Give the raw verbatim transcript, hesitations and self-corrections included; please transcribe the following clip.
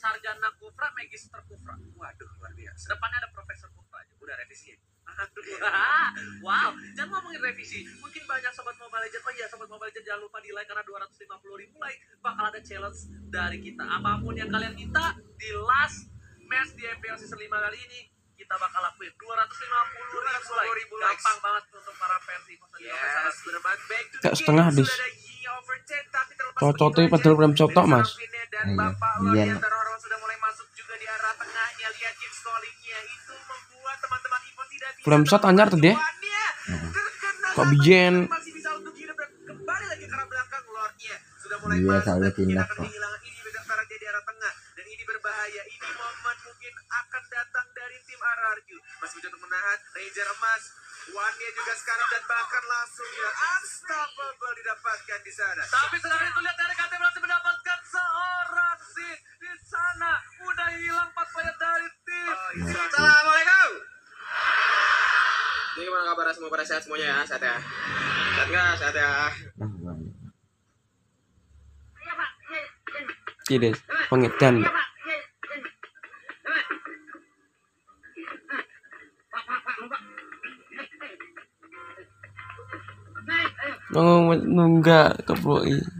Sarjana Kufra, Magister Kufra. Waduh, luar biasa. Depannya ada Profesor Kufra aja. Udah revisi. Aduh. Wow, jangan ngomongin revisi. Mungkin banyak sobat Mobile Legends. Oh iya, sobat Mobile Legends jangan lupa di like karena dua ratus lima puluh ribu like bakal ada challenge dari kita. Apapun yang kalian minta di last match di M P L season lima kali ini kita bakal lakuin dua ratus lima puluh ribu like. Gampang banget untuk para fans Evo. Yes, Kayak setengah dis. Cocok tuh padahal belum cocok mas. Dan Bapak Iya. Orang sudah mulai masuk juga di arah tengahnya. Lihat installingnya itu membuat teman-teman Evo tidak bisa. Flame shot anyar tuh dia. Kok bijen? Masih bisa untuk hidup dan kembali lagi ke arah belakang. Lordnya sudah mulai Iya, masuk soalnya dan mungkin tindak, akan Pak. kehilangan ini sekarang dia di arah tengah dan ini berbahaya. Ini momen mungkin akan datang dari tim R R Q. Masih mencoba untuk menahan Ranger emas. One-nya juga sekarang dan bahkan langsung ya unstoppable didapatkan di sana. Tapi sekarang itu lihat dari K T berhasil mendapatkan seorang sih di sana. Udah hilang empat player dari tim. Oh, iya. Assalamualaikum. Ini gimana kabar semua, pada sehat semuanya ya? Sehat ya? Sehat nggak? Sehat ya? Tidak, pengedan. Oh, nunggak ke